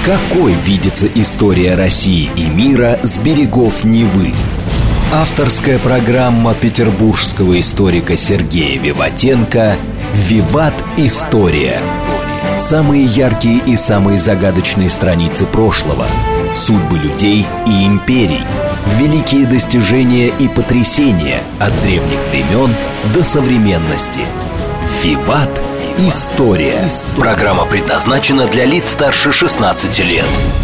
Какой видится история России и мира с берегов Невы? Авторская программа петербургского историка Сергея Виватенко «Виват. История». Самые яркие и самые загадочные страницы прошлого, судьбы людей и империй, великие достижения и потрясения от древних времен до современности. «Виват. История». Программа предназначена для лиц старше 16 лет.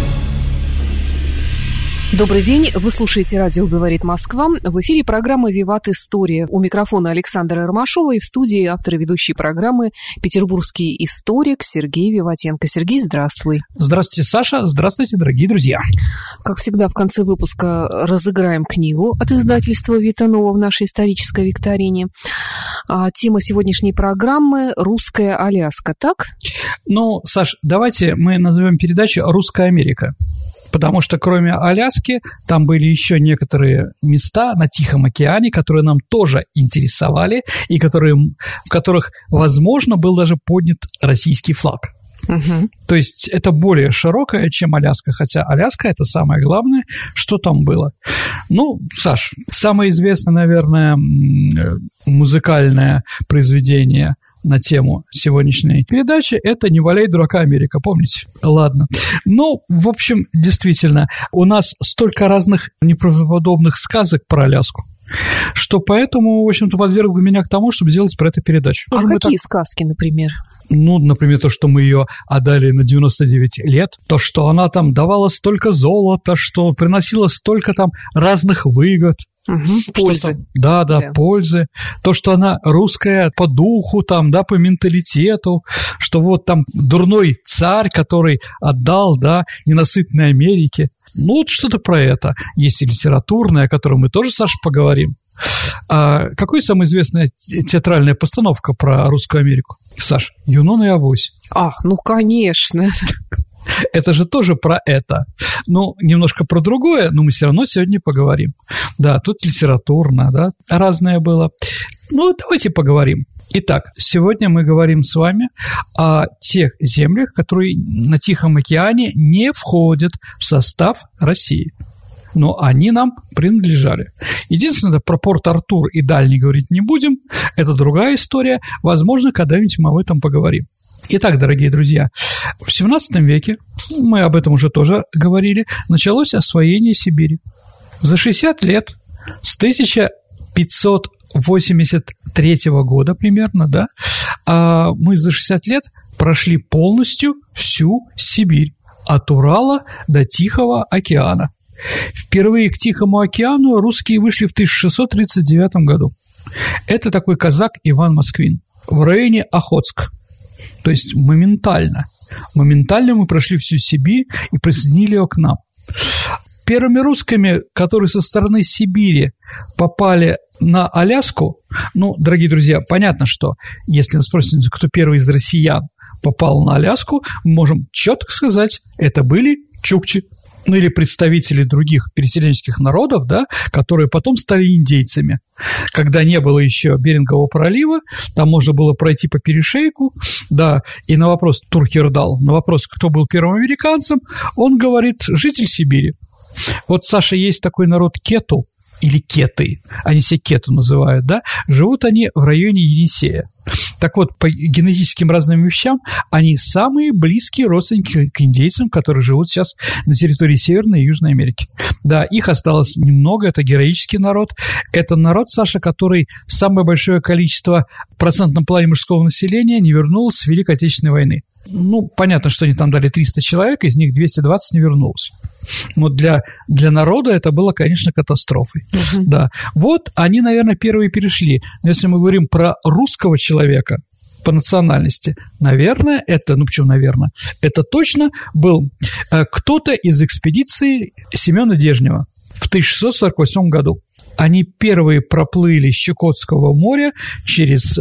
Добрый день, вы слушаете «Радио говорит Москва». В эфире программа «Виват. История». У микрофона Александра Ромашова и в студии автор и ведущей программы петербургский историк Сергей Виватенко. Сергей, здравствуй. Здравствуйте, Саша. Здравствуйте, дорогие друзья. Как всегда, в конце выпуска разыграем книгу от издательства «Витанова» в нашей исторической викторине. Тема сегодняшней программы – «Русская Аляска», так? Ну, Саш, давайте мы назовем передачу «Русская Америка». Потому что кроме Аляски там были еще некоторые места на Тихом океане, которые нам тоже интересовали и в которых, возможно, был даже поднят российский флаг. Угу. То есть это более широкое, чем Аляска, хотя Аляска – это самое главное, что там было. Ну, Саш, самое известное, наверное, музыкальное произведение на тему сегодняшней передачи – это «Не валяй дурака, Америка», помните? Ладно. Ну, в общем, действительно, у нас столько разных неправдоподобных сказок про Аляску, что поэтому, в общем-то, подвергло меня к тому, чтобы сделать про это передачу. А какие сказки, например? Ну, например, то, что мы ее отдали на 99 лет, то, что она там давала столько золота, что приносила столько там разных выгод. Угу, пользы. Да, пользы. То, что она русская по духу, там, да, по менталитету, что вот там дурной царь, который отдал, да, ненасытной Америке. Ну, вот что-то про это. Есть и литературное, о котором мы тоже, Саша, поговорим. А какая самая известная театральная постановка про Русскую Америку, Саш? «Юнона и Авось». Ах, ну, конечно. Это же тоже про это. Ну, немножко про другое, но мы все равно сегодня поговорим. Да, тут литературно, да, разное было. Ну, давайте поговорим. Итак, сегодня мы говорим с вами о тех землях, которые на Тихом океане не входят в состав России. Но они нам принадлежали. Единственное, про Порт-Артур и Дальний говорить не будем. Это другая история. Возможно, когда-нибудь мы об этом поговорим. Итак, дорогие друзья, в XVII веке, мы об этом уже тоже говорили, началось освоение Сибири. За 60 лет, с 1583 года примерно, да, мы за 60 лет прошли полностью всю Сибирь, от Урала до Тихого океана. Впервые к Тихому океану русские вышли в 1639 году. Это такой казак Иван Москвин в районе Охотск. То есть моментально мы прошли всю Сибирь и присоединили ее к нам. Первыми русскими, которые со стороны Сибири попали на Аляску, ну, дорогие друзья, понятно, что если вы спросите, кто первый из россиян попал на Аляску, мы можем четко сказать, это были чукчи. Ну, или представители других переселенческих народов, да, которые потом стали индейцами. Когда не было еще Берингового пролива, там можно было пройти по перешейку, да, и на вопрос Турхердал, на вопрос, кто был первым американцем, он говорит, житель Сибири. Вот, Саша, есть такой народ кету, или кеты, они все кету называют, да, живут они в районе Енисея. Так вот, по генетическим разным вещам они самые близкие родственники к индейцам, которые живут сейчас на территории Северной и Южной Америки. Да, их осталось немного, это героический народ. Это народ, Саша, который самое большое количество в процентном плане мужского населения не вернулось с Великой Отечественной войны. Ну, понятно, что они там дали 300 человек, из них 220 не вернулось. Но для народа это было, конечно, катастрофой. Угу. Да. Вот они, наверное, первые перешли. Но если мы говорим про русского человека по национальности, наверное, это, ну почему наверное, это точно был кто-то из экспедиции Семена Дежнева в 1648 году. Они первые проплыли с Чукотского моря через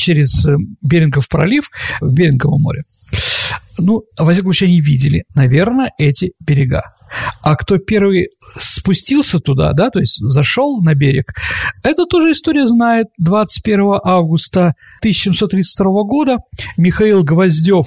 Берингов пролив в Берингово море. Ну, во всяком случае, они видели, наверное, эти берега. А кто первый спустился туда, да, то есть зашел на берег, это тоже история знает. 21 августа 1732 года Михаил Гвоздев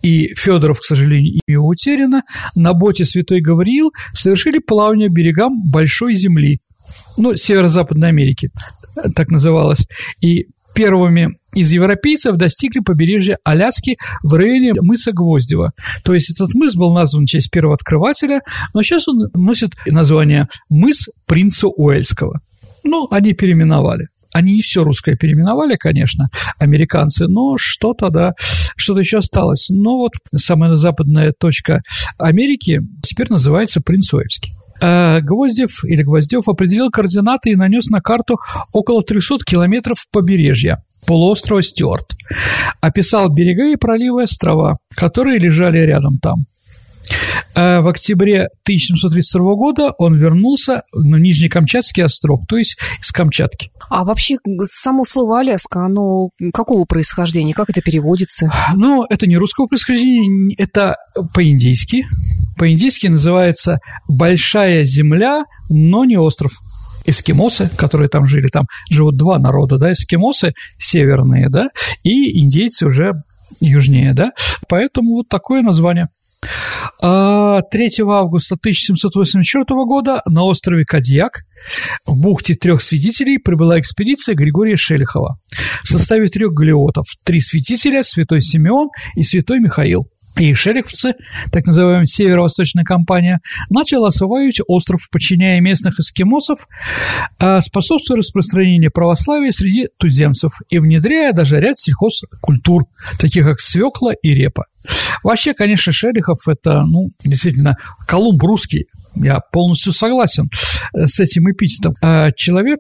и Федоров, к сожалению, имя утеряно, на боте «Святой Гавриил» совершили плавание к берегам Большой Земли, Северо-Западной Америки, так называлось, и первыми из европейцев достигли побережья Аляски в районе мыса Гвоздева. То есть этот мыс был назван в честь первого открывателя, но сейчас он носит название «Мыс Принца Уэльского». Они переименовали. Они не все русское переименовали, конечно, американцы, но что-то еще осталось. Но самая западная точка Америки теперь называется Принц Уэльский. Гвоздев определил координаты и нанес на карту около 300 километров побережья полуострова Стюарт. Описал берега и проливы и острова, которые лежали рядом там. В октябре 1732 года он вернулся на Нижнекамчатский остров, то есть из Камчатки. А вообще само слово «Аляска», оно какого происхождения? Как это переводится? Это не русского происхождения, это по-индийски. По-индийски называется «большая земля, но не остров». Эскимосы, которые там жили, там живут два народа, эскимосы северные, и индейцы уже южнее, поэтому такое название. 3 августа 1784 года на острове Кадьяк в бухте 3 святителей прибыла экспедиция Григория Шелихова в составе 3 галеотов, 3 святителя, святой Симеон и святой Михаил. И шелиховцы, так называемая северо-восточная компания, начала осваивать остров, подчиняя местных эскимосов, способствуя распространению православия среди туземцев и внедряя даже ряд сельхозкультур, таких как свекла и репа. Вообще, конечно, Шелихов – это, действительно, Колумб русский. Я полностью согласен с этим эпитетом. Человек,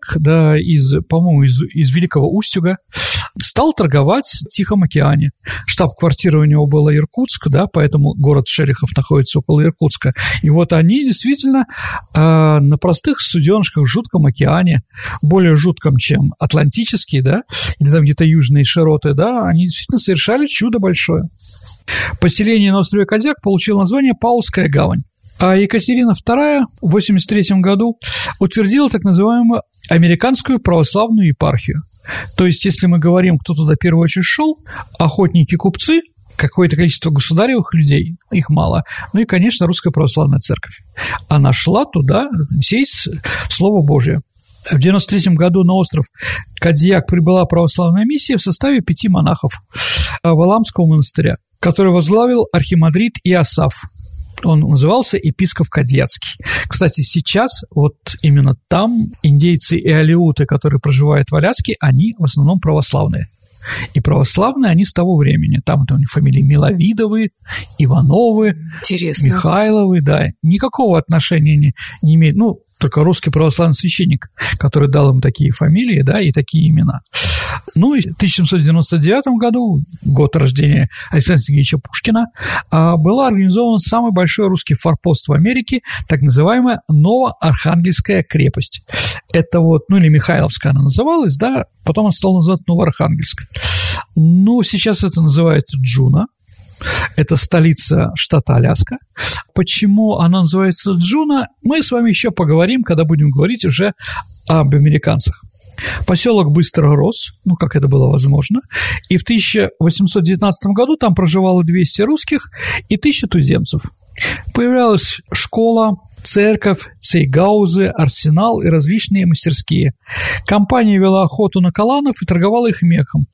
из Великого Устюга, стал торговать в Тихом океане. Штаб-квартира у него была Иркутск, поэтому город Шелихов находится около Иркутска. И они действительно на простых суденышках в жутком океане, более жутком, чем Атлантический, или там где-то южные широты, они действительно совершали чудо большое. Поселение на острове Кадьяк получило название Павловская гавань. А Екатерина II в 1983 году утвердила так называемую американскую православную епархию. То есть, если мы говорим, кто туда в первую очередь шел, охотники-купцы, какое-то количество государевых людей, их мало, и, конечно, Русская православная церковь. Она шла туда сеять Слово Божие. В 1993 году на остров Кадьяк прибыла православная миссия в составе 5 монахов Валамского монастыря, который возглавил архимандрит Иосаф. Он назывался епископ Кадьяцкий. Кстати, сейчас именно там индейцы и алеуты, которые проживают в Аляске, они в основном православные. И православные они с того времени. Там у них фамилии Миловидовы, Ивановы, интересно, Михайловы, никакого отношения не имеют. Только русский православный священник, который дал им такие фамилии, и такие имена. И в 1799 году, год рождения Александра Сергеевича Пушкина, была организована самый большой русский форпост в Америке, так называемая Новоархангельская крепость. Это или Михайловская она называлась, потом она стала называться Новоархангельская. Сейчас это называется Джуна. Это столица штата Аляска. Почему она называется Джуна, мы с вами еще поговорим, когда будем говорить уже об американцах. Поселок быстро рос, как это было возможно, и в 1819 году там проживало 200 русских и 1000 туземцев. Появлялась школа, церковь, цейгаузы, арсенал и различные мастерские. Компания вела охоту на каланов и торговала их мехом.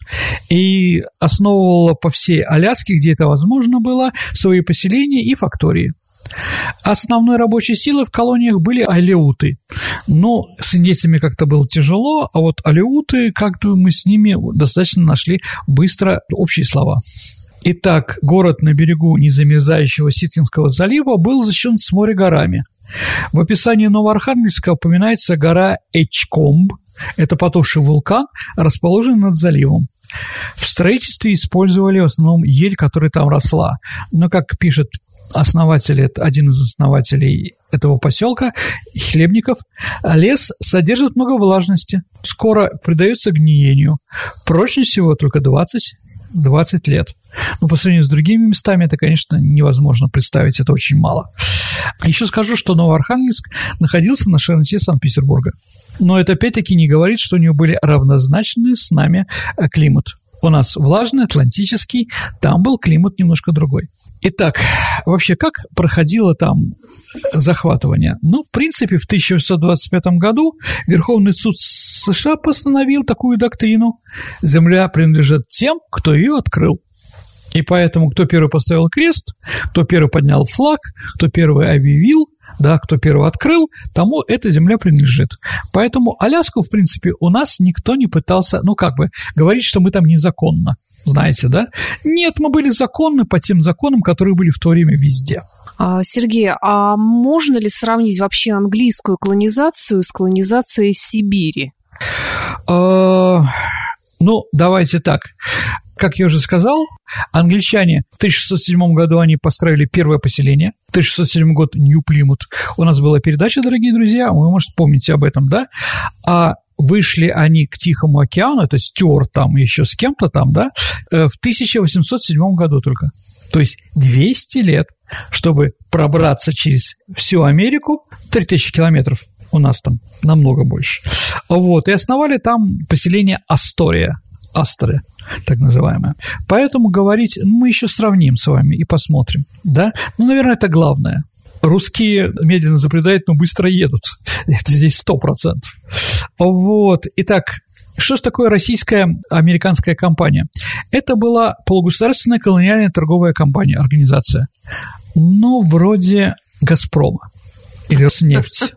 И основывала по всей Аляске, где это возможно было, свои поселения и фактории. Основной рабочей силой в колониях были алеуты. Но с индейцами как-то было тяжело, а алеуты, как-то мы с ними достаточно нашли быстро общие слова. Итак, город на берегу незамерзающего Ситинского залива был защищен с моря горами. В описании Новоархангельска упоминается гора Эчкомб, это потухший вулкан, расположенный над заливом. В строительстве использовали в основном ель, которая там росла. Но, как пишет один из основателей этого поселка, Хлебников, лес содержит много влажности, скоро придается гниению. Прочность его только 20 лет. Но по сравнению с другими местами это, конечно, невозможно представить, это очень мало. Еще скажу, что Новоархангельск находился на широте Санкт-Петербурга. Но это опять-таки не говорит, что у него были равнозначные с нами климат. У нас влажный, атлантический, там был климат немножко другой. Итак, вообще, как проходило там захватывание? Ну, в принципе, в 1825 году Верховный суд США постановил такую доктрину: земля принадлежит тем, кто ее открыл. И поэтому кто первый поставил крест, кто первый поднял флаг, кто первый объявил, да, кто первый открыл, тому эта земля принадлежит. Поэтому Аляску, в принципе, у нас никто не пытался, говорить, что мы там незаконно, знаете, да? Нет, мы были законны по тем законам, которые были в то время везде. Сергей, а можно ли сравнить вообще английскую колонизацию с колонизацией Сибири? Ну, давайте так. Как я уже сказал, англичане в 1607 году они построили первое поселение. 1607 год, Нью-Плимут. У нас была передача, дорогие друзья, вы, может, помните об этом, да? А вышли они к Тихому океану, то есть Стюарт там еще с кем-то там, да, в 1807 году только. То есть 200 лет, чтобы пробраться через всю Америку, 3000 километров. У нас там намного больше. Вот, и основали там поселение Астория, так называемое. Поэтому говорить, мы еще сравним с вами и посмотрим, да? Ну, наверное, это главное. Русские медленно забредают, но быстро едут. Это здесь 100%. Вот, итак, что же такое российская американская компания? Это была полугосударственная колониальная торговая компания, организация. Ну, вроде «Газпрома» или «Роснефть».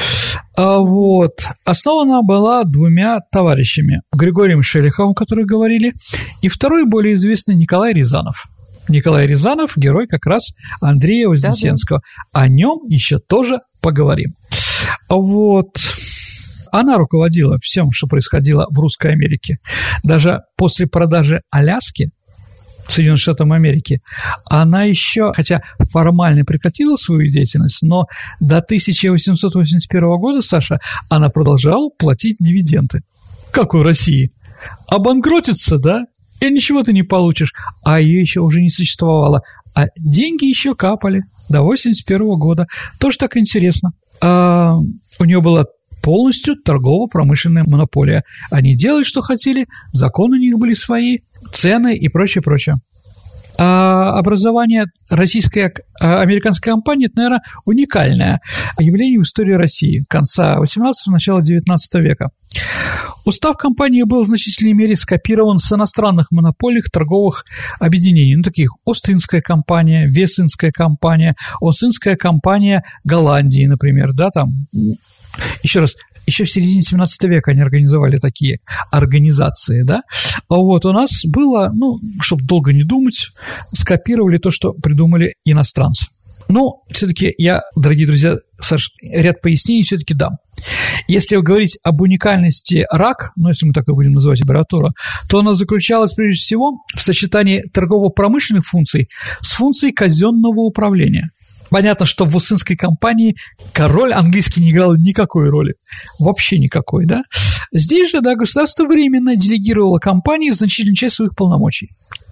Вот. Основана была двумя товарищами: Григорием Шелиховым, о котором говорили, и второй, более известный, Николай Рязанов. Николай Рязанов – герой как раз Андрея Вознесенского. Да-да. О нем еще тоже поговорим. Вот. Она руководила всем, что происходило в Русской Америке. Даже после продажи Аляски Соединенным Штатам Америки, она еще, хотя формально прекратила свою деятельность, но до 1881 года, Саша, она продолжала платить дивиденды. Как у России. Обанкротится, да? И ничего ты не получишь. А ее еще уже не существовало. А деньги еще капали до 1981 года. Тоже так интересно. У нее была полностью торгово-промышленная монополия. Они делали, что хотели, законы у них были свои, цены и прочее, прочее. Образование российской американской компании – это, наверное, уникальное явление в истории России конца XVIII – начала XIX века. Устав компании был в значительной мере скопирован с иностранных монопольных торговых объединений, ну, таких Остинская компания, Вестинская компания, Остинская компания Голландии, например, да, там, еще раз, еще в середине 17 века они организовали такие организации, да, вот, у нас было, ну, чтобы долго не думать, скопировали то, что придумали иностранцы. Но все-таки я, дорогие друзья, Саш, ряд пояснений все-таки дам. Если говорить об уникальности РАК, ну, если мы так и будем называть аббревиатуру, то она заключалась прежде всего в сочетании торгово-промышленных функций с функцией казенного управления. Понятно, что в Остинской компании король английский не играл никакой роли, вообще никакой, да. Здесь же, да, государство временно делегировало компании значительную часть своих полномочий.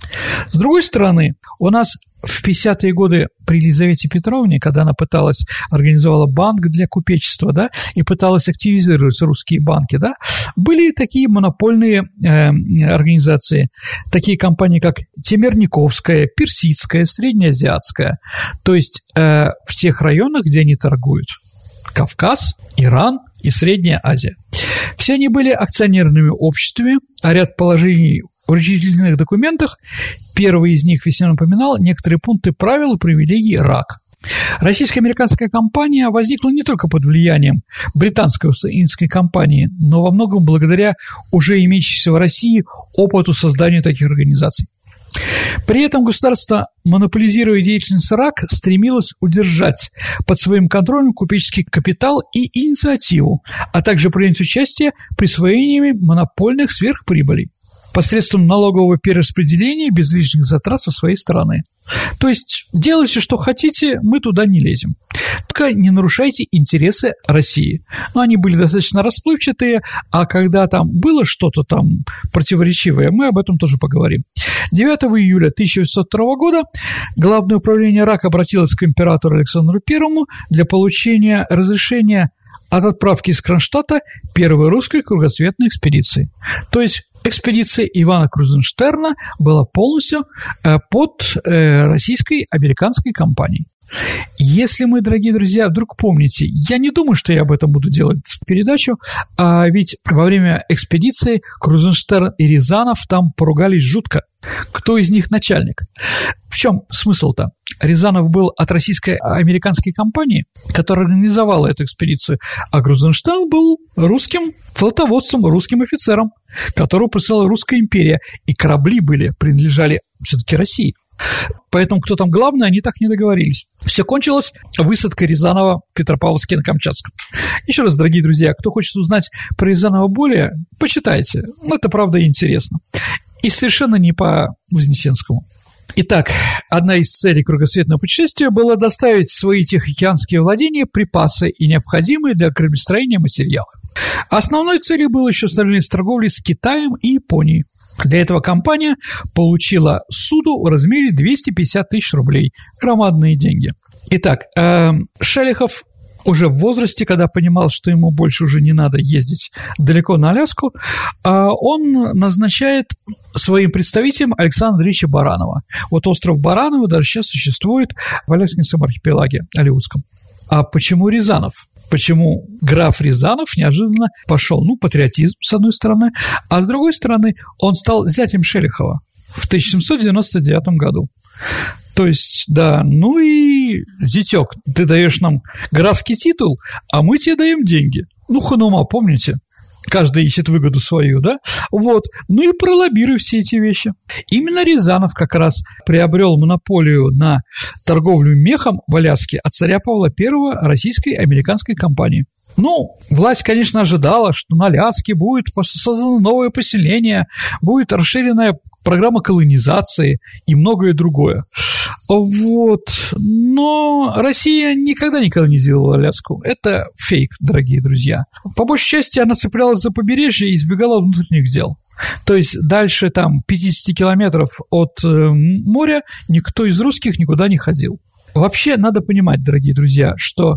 С другой стороны, у нас в 50-е годы при Елизавете Петровне, когда она организовала банк для купечества, да, и пыталась активизировать русские банки, да, были такие монопольные организации, такие компании, как Темерниковская, Персидская, Среднеазиатская, то есть в тех районах, где они торгуют: Кавказ, Иран и Средняя Азия. Все они были акционерными обществами, а ряд положений в учредительных документах, первый из них весьма напоминал некоторые пункты правил и привилегий РАК. Российско-американская компания возникла не только под влиянием британской Остинской компании, но во многом благодаря уже имеющейся в России опыту создания таких организаций. При этом государство, монополизируя деятельность РАК, стремилось удержать под своим контролем купеческий капитал и инициативу, а также принять участие в присвоении монопольных сверхприбылей посредством налогового перераспределения без лишних затрат со своей стороны. То есть делайте, что хотите, мы туда не лезем. Только не нарушайте интересы России. Но они были достаточно расплывчатые, а когда там было что-то там противоречивое, мы об этом тоже поговорим. 9 июля 1802 года Главное управление РАК обратилось к императору Александру I для получения разрешения от отправки из Кронштадта первой русской кругосветной экспедиции. То есть экспедиция Ивана Крузенштерна была полностью под российской американской компанией. Если мы, дорогие друзья, вдруг помните, я не думаю, что я об этом буду делать передачу, ведь во время экспедиции Крузенштерн и Рязанов там поругались жутко. Кто из них начальник? В чем смысл-то? Рязанов был от российско-американской компании, которая организовала эту экспедицию, а Крузенштерн был русским флотоводством, русским офицером, которого присылала Русская империя, и корабли принадлежали все-таки России. Поэтому кто там главный, они так не договорились. Все кончилось высадкой Рязанова в Петропавловске на Камчатском. Еще раз, дорогие друзья, кто хочет узнать про Рязанова более, почитайте. Это, правда, интересно. И совершенно не по Вознесенскому. Итак, одна из целей кругосветного путешествия была доставить в свои тихоокеанские владения припасы и необходимые для кораблестроения материалы. Основной целью было еще снабжение торговли с Китаем и Японией. Для этого компания получила суду в размере 250 тысяч рублей. Громадные деньги. Итак, Шелихов уже в возрасте, когда понимал, что ему больше уже не надо ездить далеко на Аляску, он назначает своим представителем Александра Андреевича Баранова. Вот остров Бараново даже сейчас существует в Аляскинском архипелаге Алеутском. А почему Рязанов? Почему граф Рязанов неожиданно пошел? Патриотизм, с одной стороны, а с другой стороны, он стал зятем Шелихова в 1799 году. То есть, да, и, зятёк, ты даешь нам графский титул, а мы тебе даем деньги. Ханума, помните? Каждый ищет выгоду свою, да? Вот. И пролоббируй все эти вещи. Именно Рязанов как раз приобрел монополию на торговлю мехом в Аляске от царя Павла I российской американской компании. Власть, конечно, ожидала, что на Аляске будет создано новое поселение, будет расширенная программа колонизации и многое другое. Вот. Но Россия никогда не колонизировала Аляску. Это фейк, дорогие друзья. По большей части она цеплялась за побережье и избегала внутренних дел. То есть дальше 50 километров от моря никто из русских никуда не ходил. Вообще надо понимать, дорогие друзья, что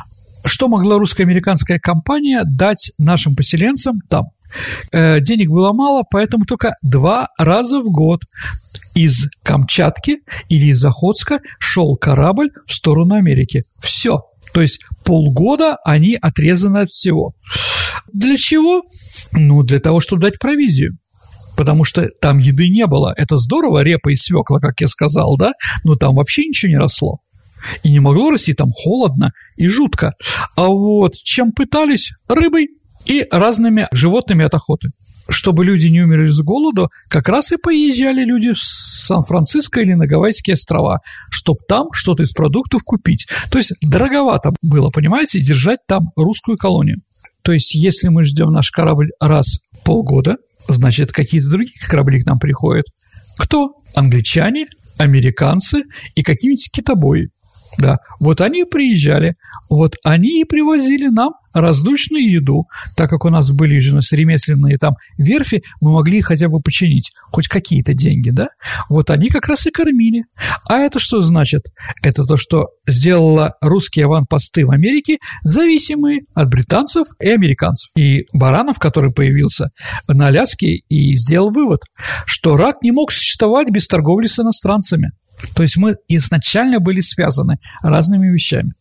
могла русско-американская компания дать нашим поселенцам там? Денег было мало, поэтому только 2 раза в год из Камчатки или из Охотска шел корабль в сторону Америки. Все. То есть полгода они отрезаны от всего. Для чего? Для того, чтобы дать провизию. Потому что там еды не было. Это здорово, репа и свекла, как я сказал, да? Но там вообще ничего не росло. И не могло расти, там холодно и жутко. А вот чем пытались? Рыбой и разными животными от охоты. Чтобы люди не умерли с голоду, как раз и поезжали люди в Сан-Франциско или на Гавайские острова, чтобы там что-то из продуктов купить. То есть дороговато было, понимаете, держать там русскую колонию. То есть если мы ждем наш корабль раз в полгода, значит, какие-то другие корабли к нам приходят. Кто? Англичане, американцы и какие-нибудь китобои. Да, вот они приезжали, вот они и привозили нам раздучную еду, так как у нас были же ремесленные там верфи, мы могли хотя бы починить хоть какие-то деньги, да? Вот они как раз и кормили. А это что значит? Это то, что сделало русские аванпосты в Америке зависимые от британцев и американцев. И Баранов, который появился на Аляске, и сделал вывод, что рак не мог существовать без торговли с иностранцами. То есть мы изначально были связаны разными вещами.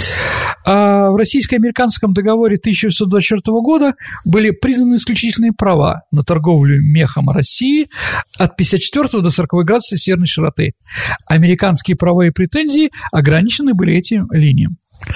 А в российско-американском договоре 1924 года были признаны исключительные права на торговлю мехом России от 54 до 40 градусов северной широты. Американские права и претензии ограничены были этим линиям.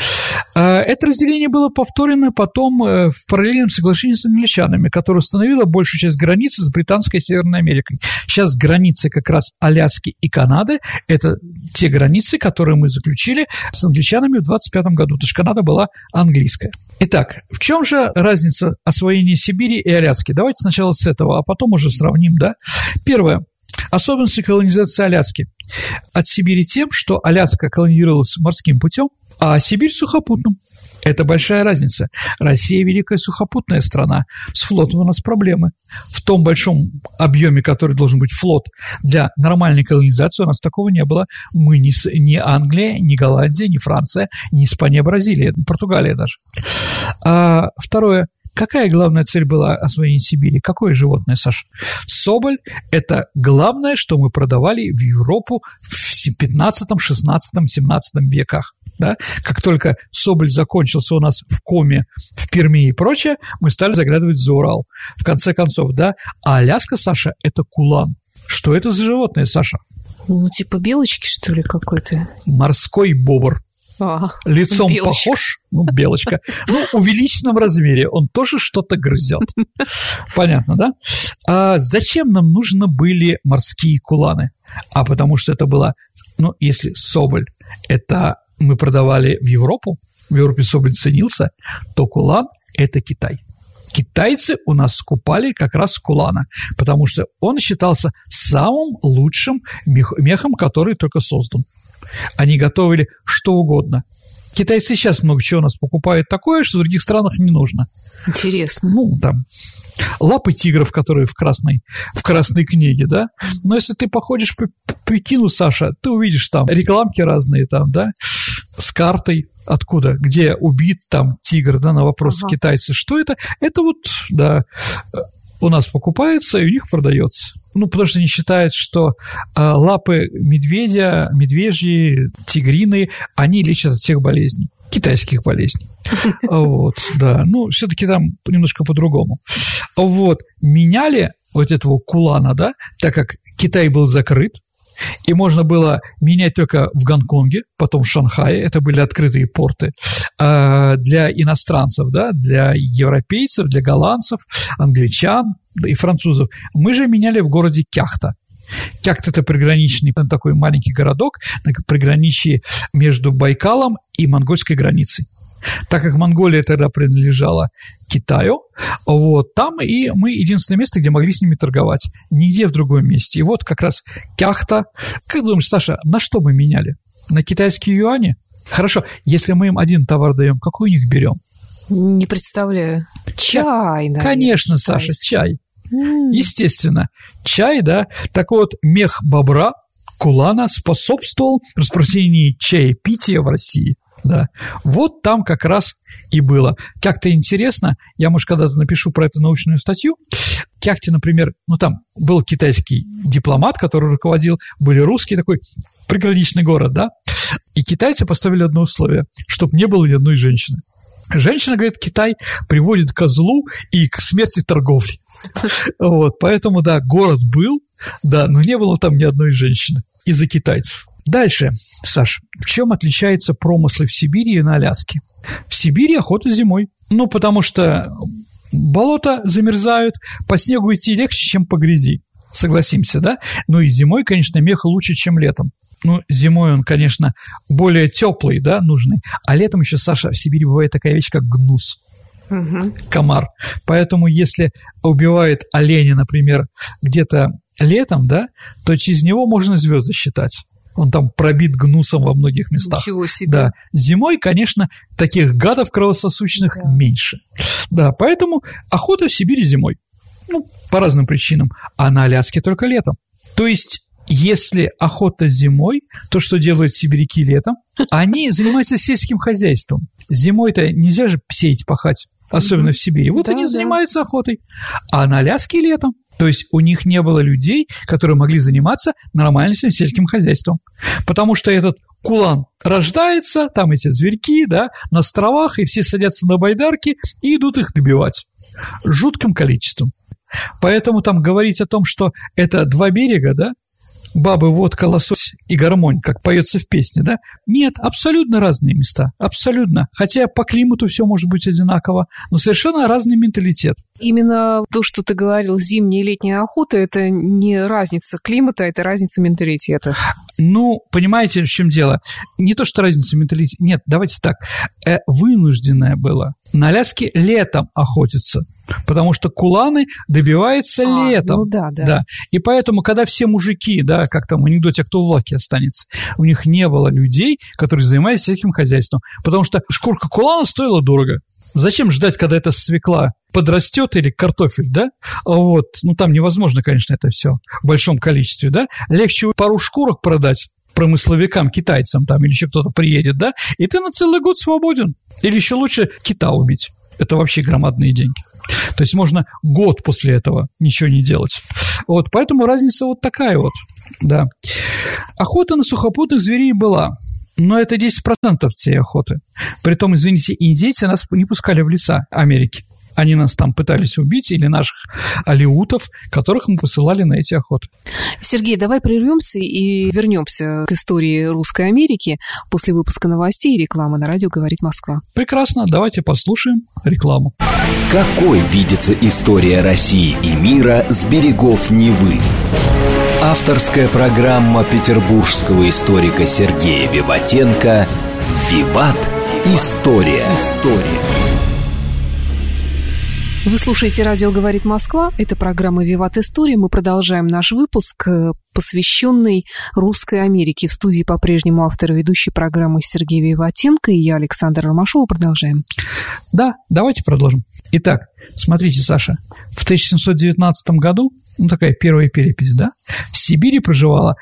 Это разделение было повторено потом в параллельном соглашении с англичанами, которое установило большую часть границы с Британской и Северной Америкой. Сейчас границы как раз Аляски и Канады – это те границы, которые мы заключили с англичанами в 1925 году, потому что Канада была английская. Итак, в чем же разница освоения Сибири и Аляски? Давайте сначала с этого, а потом уже сравним, да? Первое. Особенности колонизации Аляски. От Сибири тем, что Аляска колонизировалась морским путем, а Сибирь – сухопутным. Это большая разница. Россия – великая сухопутная страна. С флотом у нас проблемы. В том большом объеме, который должен быть флот для нормальной колонизации, у нас такого не было. Мы не Англия, не Голландия, не Франция, не Испания, Бразилия, Португалия даже. Второе. Какая главная цель была освоения Сибири? Какое животное, Саша? Соболь – это главное, что мы продавали в Европу в 15, 16, 17 веках. Да? Как только соболь закончился у нас в Коме, в Перми и прочее, мы стали заглядывать за Урал. В конце концов, да? А Аляска, Саша, это кулан. Что это за животное, Саша? Ну, типа белочки, что ли, какой-то? Морской бобр. Лицом белочка. Похож, белочка, в увеличенном размере, он тоже что-то грызет. Понятно, да? А зачем нам нужны были морские куланы? А потому что это было, если соболь, это мы продавали в Европу соболь ценился, то кулан – это Китай. Китайцы у нас скупали как раз кулана, потому что он считался самым лучшим мехом, который только создан. Они готовили что угодно. Китайцы сейчас много чего у нас покупают такое, что в других странах не нужно. Интересно. Там лапы тигров, которые в красной книге, да? Но если ты походишь по Пекину, Саша, ты увидишь там рекламки разные там, да? С картой, откуда, где убит там тигр, да, на вопрос китайцев, что это? Это у нас покупается и у них продается. Потому что они считают, что лапы медведя, медвежьи, тигрины, они лечат от всех болезней, китайских болезней. Все-таки там немножко по-другому. Меняли этого кулана, да, так как Китай был закрыт, и можно было менять только в Гонконге, потом в Шанхае, это были открытые порты, для иностранцев, да, для европейцев, для голландцев, англичан и французов. Мы же меняли в городе Кяхта. Кяхта – это приграничный такой маленький городок, на приграничье между Байкалом и монгольской границей. Так как Монголия тогда принадлежала Китаю, там и мы единственное место, где могли с ними торговать, нигде в другом месте. И как раз Кяхта. Как думаешь, Саша, на что мы меняли? На китайские юани? Хорошо, если мы им один товар даем, какой у них берем? Не представляю. Чай, да. Конечно, Саша, чай. Естественно, чай, да. Так вот, мех бобра, кулана способствовал распространению чаепития в России. Да. Там как раз и было. Как-то интересно, я, может, когда-то напишу про это научную статью. В Кяхте, например, там был китайский дипломат, который руководил, были русские, такой приграничный город, да, и китайцы поставили одно условие, чтобы не было ни одной женщины. Женщина, говорит, Китай приводит к злу и к смерти торговли. Поэтому, да, город был, да, но не было там ни одной женщины из-за китайцев. Дальше, Саш, в чем отличаются промыслы в Сибири и на Аляске? В Сибири охота зимой, потому что болота замерзают, по снегу идти легче, чем по грязи, согласимся, да? И зимой, конечно, мех лучше, чем летом. Зимой он, конечно, более теплый, да, нужный, а летом еще, Саша, в Сибири бывает такая вещь, как гнус. Комар. Поэтому если убивает оленя, например, где-то летом, да, то через него можно звезды считать. Он там пробит гнусом во многих местах. Ничего себе. Да. Зимой, конечно, таких гадов кровососущных меньше. Да, поэтому охота в Сибири зимой. По разным причинам. А на Аляске только летом. То есть, если охота зимой, то что делают сибиряки летом? Они занимаются сельским хозяйством. Зимой-то нельзя же сеять, пахать, особенно в Сибири. Они занимаются охотой. А на Аляске летом. То есть у них не было людей, которые могли заниматься нормальным сельским хозяйством. Потому что этот кулан рождается, там эти зверьки, да, на островах, и все садятся на байдарки и идут их добивать. Жутким количеством. Поэтому там говорить о том, что это два берега, да, бабы, водка, лосось и гармонь, как поется в песне, да? Нет, абсолютно разные места, абсолютно. Хотя по климату все может быть одинаково, но совершенно разный менталитет. Именно то, что ты говорил, зимняя и летняя охота, это не разница климата, это разница менталитета. Понимаете, в чем дело? Не то, что разница менталитета. Нет, давайте так. Вынужденное было. На Аляске летом охотятся, потому что куланы добиваются летом. Да. И поэтому, когда все мужики, да, как там в анекдоте, кто в лаке останется, у них не было людей, которые занимались сельским хозяйством, потому что шкурка кулана стоила дорого. Зачем ждать, когда эта свекла подрастет или картофель, да? Там невозможно, конечно, это все в большом количестве, да? Легче пару шкурок продать промысловикам, китайцам там, или еще кто-то приедет, да? И ты на целый год свободен. Или еще лучше кита убить. Это вообще громадные деньги. То есть можно год после этого ничего не делать. Вот, поэтому разница вот такая вот, да. Охота на сухопутных зверей была, но это 10% всей охоты. Притом, извините, индейцы нас не пускали в леса Америки. Они нас там пытались убить, или наших алеутов, которых мы посылали на эти охоты. Сергей, давай прервемся и вернемся к истории Русской Америки после выпуска новостей и рекламы на радио «Говорит Москва». Прекрасно, давайте послушаем рекламу. Какой видится история России и мира с берегов Невы? Авторская программа петербургского историка Сергея Виватенко «Виват. История». Вы слушаете радио «Говорит Москва». Это программа «Виват. История». Мы продолжаем наш выпуск, посвященный Русской Америке. В студии по-прежнему автор и ведущий программы Сергей Виватенко и я, Александра Ромашова. Продолжаем. Да, давайте продолжим. Итак, смотрите, Саша, в 1719 году, такая первая перепись, да, в Сибири проживало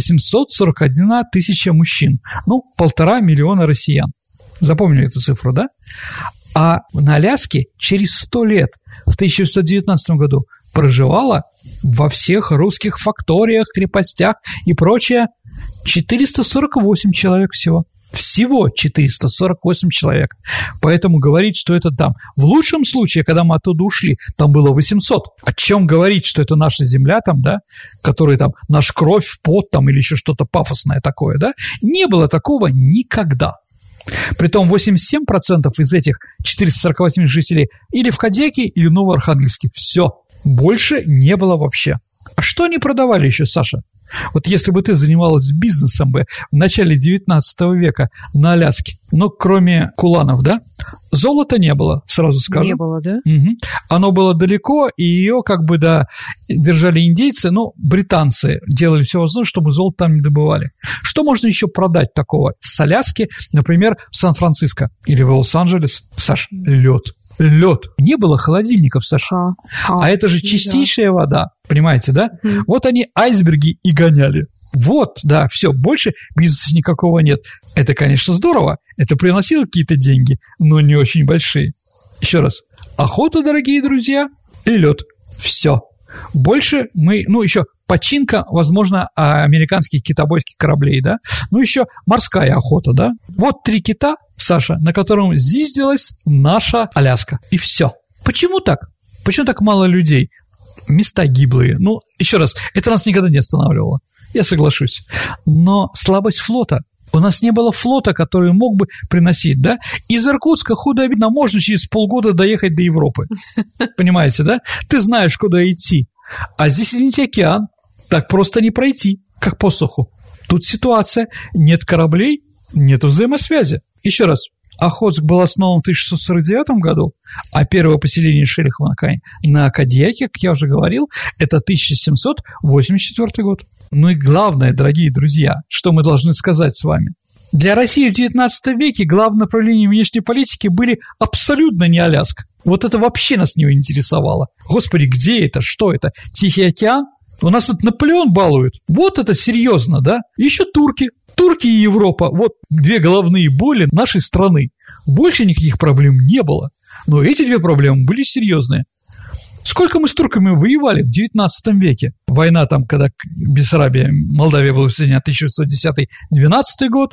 841 тысяча мужчин, 1,5 миллиона россиян. Запомнили эту цифру, да? А на Аляске через 100 лет, в 1919 году, проживало во всех русских факториях, крепостях и прочее 448 человек всего. Всего 448 человек. Поэтому говорить, что это там, в лучшем случае, когда мы оттуда ушли, там было 800. О чем говорить, что это наша земля там, да, которая там, наш кровь, пот там или еще что-то пафосное такое, да, не было такого никогда. Притом 87% из этих 448 жителей или в Кадьяке, или в Новоархангельске. Все. Больше не было вообще. А что они продавали еще, Саша? Вот если бы ты занималась бизнесом бы в начале 19 века на Аляске, кроме куланов, да, золота не было, сразу скажу. Не было, да? Угу. Оно было далеко, и ее держали индейцы, британцы делали все возможное, чтобы золото там не добывали. Что можно еще продать такого с Аляски, например, в Сан-Франциско или в Лос-Анджелес? Саш, лед. Не было холодильников, Саша. А это же чистейшая вода. Понимаете, да? Вот они айсберги и гоняли. Вот, да, все, больше бизнеса никакого нет. Это, конечно, здорово. Это приносило какие-то деньги, но не очень большие. Еще раз. Охота, дорогие друзья, и лед. Все. Больше мы, еще починка, возможно, американских китобойских кораблей, да? Еще морская охота, да? Вот 3 кита, Саша, на котором зиздилась наша Аляска. И все. Почему так? Почему так мало людей? Места гиблые. Еще раз, это нас никогда не останавливало. Я соглашусь. Но слабость флота. У нас не было флота, который мог бы приносить, да? Из Иркутска худо-бедно можно через полгода доехать до Европы. Понимаете, да? Ты знаешь, куда идти. А здесь, извините, океан. Так просто не пройти, как по суху. Тут ситуация. Нет кораблей, нет взаимосвязи. Еще раз. Охотск был основан в 1649 году, а первое поселение Шелихова на Кадьяке, как я уже говорил, это 1784 год. И главное, дорогие друзья, что мы должны сказать с вами. Для России в XIX веке главным направлением внешней политики были абсолютно не Аляска. Вот это вообще нас не интересовало. Господи, где это? Что это? Тихий океан? У нас тут Наполеон балует. Вот это серьезно, да? Еще турки. Турки и Европа. Вот 2 головные боли нашей страны. Больше никаких проблем не было. Но эти 2 проблемы были серьезные. Сколько мы с турками воевали в XIX веке? Война там, когда Бессарабия, Молдавия была присоединена, 1810-12 год,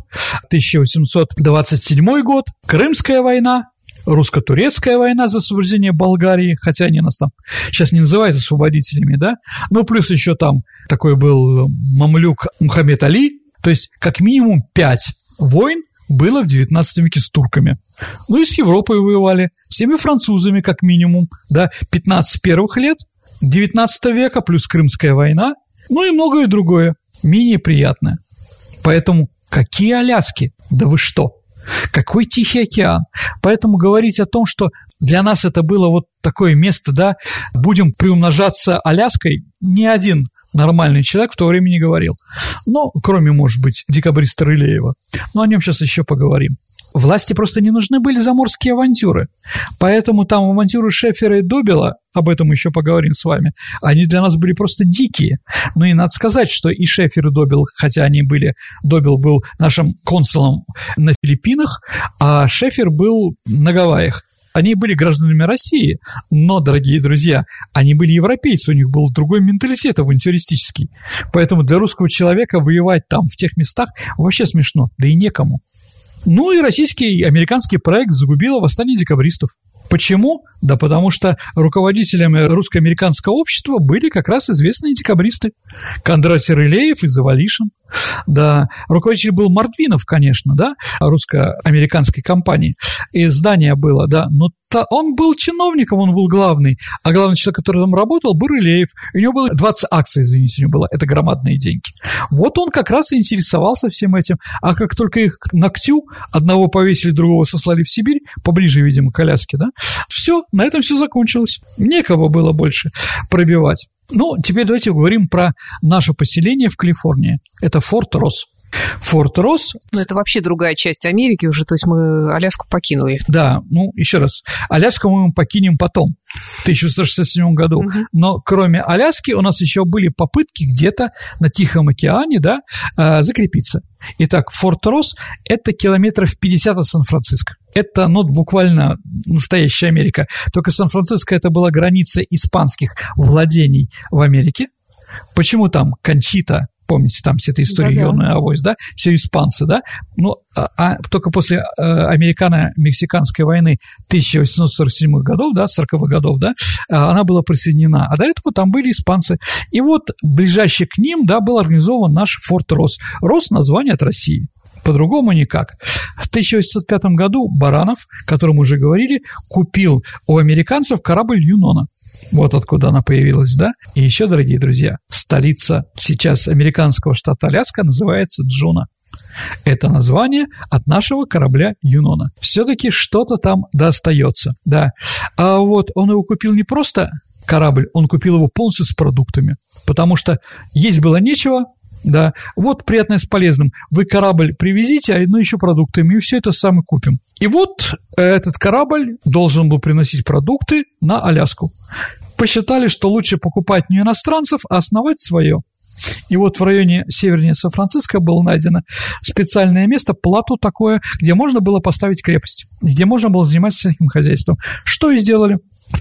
1827 год, Крымская война, русско-турецкая война за освобождение Болгарии, хотя они нас там сейчас не называют освободителями, да? Плюс еще там такой был мамлюк Мухаммед Али, то есть как минимум 5 войн было в 19 веке с турками. И с Европой воевали, с теми французами как минимум, да, 15 первых лет 19 века плюс Крымская война, и многое другое, менее приятное. Поэтому какие Аляски? Да вы что? Какой Тихий океан? Поэтому говорить о том, что для нас это было вот такое место, да, будем приумножаться Аляской, ни один нормальный человек в то время не говорил. Кроме, может быть, декабриста Рылеева. О нем сейчас еще поговорим. Власти просто не нужны были заморские авантюры. Поэтому там авантюры Шефера и Добела, об этом еще поговорим с вами, они для нас были просто дикие. И надо сказать, что и Шефер, и Добел, хотя они были... Добел был нашим консулом на Филиппинах, а Шефер был на Гавайях. они были гражданами России, но, дорогие друзья, они были европейцы, у них был другой менталитет авантюристический. Поэтому для русского человека воевать там, в тех местах, вообще смешно, да и некому. Ну и российский, американский проект загубило восстание декабристов. Почему? Да потому что руководителями русско-американского общества были как раз известные декабристы. Кондратий Рылеев и Завалишин. Да, руководитель был Мордвинов, конечно, да, русско-американской компании. И здание было, да, но он был чиновником, он был главный. А главный человек, который там работал, был Рылеев. У него было 20 акций, извините, у него было. Это громадные деньги. Вот он как раз и интересовался всем этим. А как только их к ногтю, одного повесили, другого сослали в Сибирь, поближе, видимо, к Аляске, да, все, на этом все закончилось. Некого было больше пробивать. Ну, теперь давайте поговорим про наше поселение в Калифорнии. Это Форт Росс. Форт Росс... Ну, это вообще другая часть Америки уже, то есть мы Аляску покинули. Да, ну, еще раз. Аляску мы покинем потом, в 1967 году. Но кроме Аляски у нас еще были попытки где-то на Тихом океане, да, закрепиться. Итак, Форт Росс – это километров 50 от Сан-Франциско. Это, ну, буквально настоящая Америка. Только Сан-Франциско – это была граница испанских владений в Америке. Почему там Кончита? Помните, там вся эта история «Юная авось», да? Все испанцы, да? Ну, а только после американо-мексиканской войны 1847 годов, да, 40-х годов, да, она была присоединена. А до этого там были испанцы. И вот ближайший к ним, да, был организован наш Форт Росс. Росс – название от России. По-другому никак. В 1805 году Баранов, о котором мы уже говорили, купил у американцев корабль «Юнона». Вот откуда она появилась, да? И еще, дорогие друзья, столица сейчас американского штата Аляска называется Джуна. Это название от нашего корабля «Юнона». Все-таки что-то там достается, да. А вот он его купил не просто корабль, он купил его полностью с продуктами, потому что есть было нечего. Да, вот приятное с полезным. Вы корабль привезите, а еще продуктами, и все это сами купим. И вот этот корабль должен был приносить продукты на Аляску. Посчитали, что лучше покупать не иностранцев, а основать свое. И вот в районе севернее Сан-Франциско было найдено специальное место, плато такое, где можно было поставить крепость, где можно было заниматься этим хозяйством. Что и сделали. В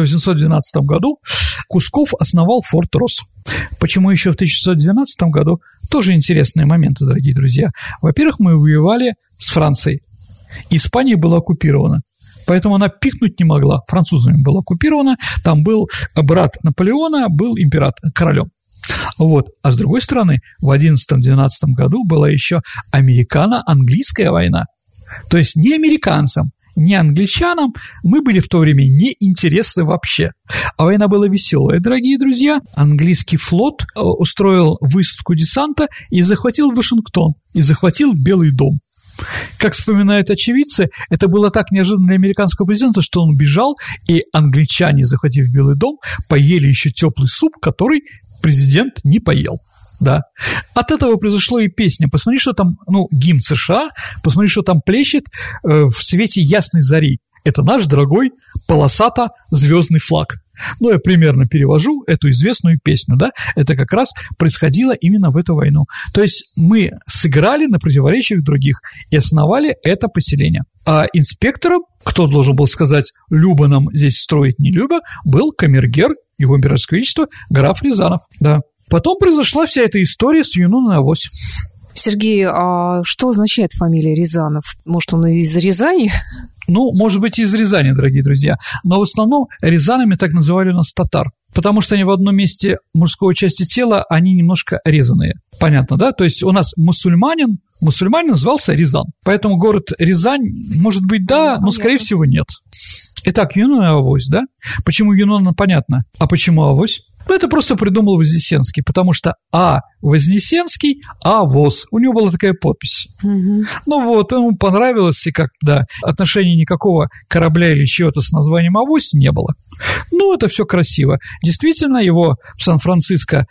1812 году Кусков основал Форт Росс. Почему еще в 1912 году? Тоже интересные моменты, дорогие друзья. Во-первых, мы воевали с Францией. Испания была оккупирована. Поэтому она пикнуть не могла. Французами была оккупирована. Там был брат Наполеона, был королем. Вот. А с другой стороны, в 11-12 году была еще американо-английская война. То есть не американцам, не англичанам мы были в то время неинтересны вообще. А война была веселая, дорогие друзья. Английский флот устроил высадку десанта и захватил Вашингтон, и захватил Белый дом. Как вспоминают очевидцы, это было так неожиданно для американского президента, что он бежал, и англичане, захватив Белый дом, поели еще теплый суп, который президент не поел. Да. От этого произошло и песня. Посмотри, что там, гимн США, посмотри, что там плещет в свете ясной зари. Это наш дорогой полосато-звездный флаг. Я примерно перевожу эту известную песню, да. Это как раз происходило именно в эту войну. То есть мы сыграли на противоречиях других и основали это поселение. А инспектором, кто должен был сказать, любо нам здесь строить, не любо, был камергер его императорского величества граф Рязанов, да. Потом произошла вся эта история с Юноной авось. Сергей, а что означает фамилия Рязанов? Может, он из Рязани? Может быть, и из Рязани, дорогие друзья. Но в основном Рязанами так называли у нас татар, потому что они в одном месте мужской части тела, они немножко резаные. Понятно, да? То есть у нас мусульманин назывался Рязан. Поэтому город Рязань, может быть, да, но, скорее всего, нет. Итак, Юнона авось, да? Почему Юнона, понятно. А почему авось? Это просто придумал Вознесенский, потому что Вознесенский, ВОЗ. У него была такая подпись. Ему понравилось, и отношения никакого корабля или чего-то с названием авось не было. Это все красиво. Действительно, его в Сан-Франциско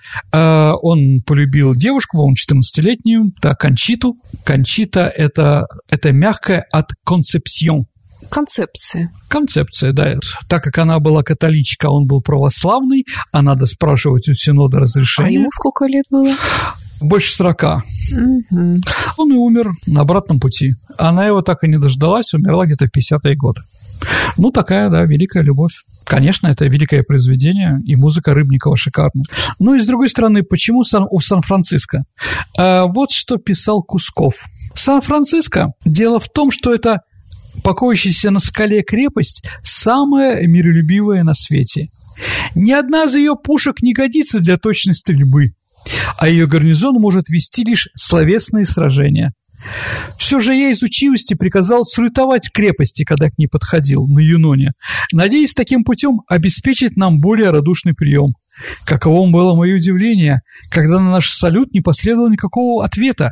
он полюбил девушку, по-моему, 14-летнюю, Кончиту. Кончита – это мягкое от концепсион. Концепция, да. Так как она была католичка, он был православный, а надо спрашивать у Синода разрешения. А ему сколько лет было? больше 40. Он и умер на обратном пути. Она его так и не дождалась, умерла где-то в 50-е годы. Ну, такая, да, великая любовь. Конечно, это великое произведение, и музыка Рыбникова шикарная. Ну и, с другой стороны, почему у Сан-Франциско? Вот что писал Кусков. Сан-Франциско, дело в том, что это покоящаяся на скале крепость самая миролюбивая на свете. Ни одна из ее пушек не годится для точной стрельбы, а ее гарнизон может вести лишь словесные сражения. Все же я из учтивости приказал салютовать крепости, когда к ней подходил, на Юноне, надеясь таким путем обеспечить нам более радушный прием. Каково было мое удивление, когда на наш салют не последовало никакого ответа.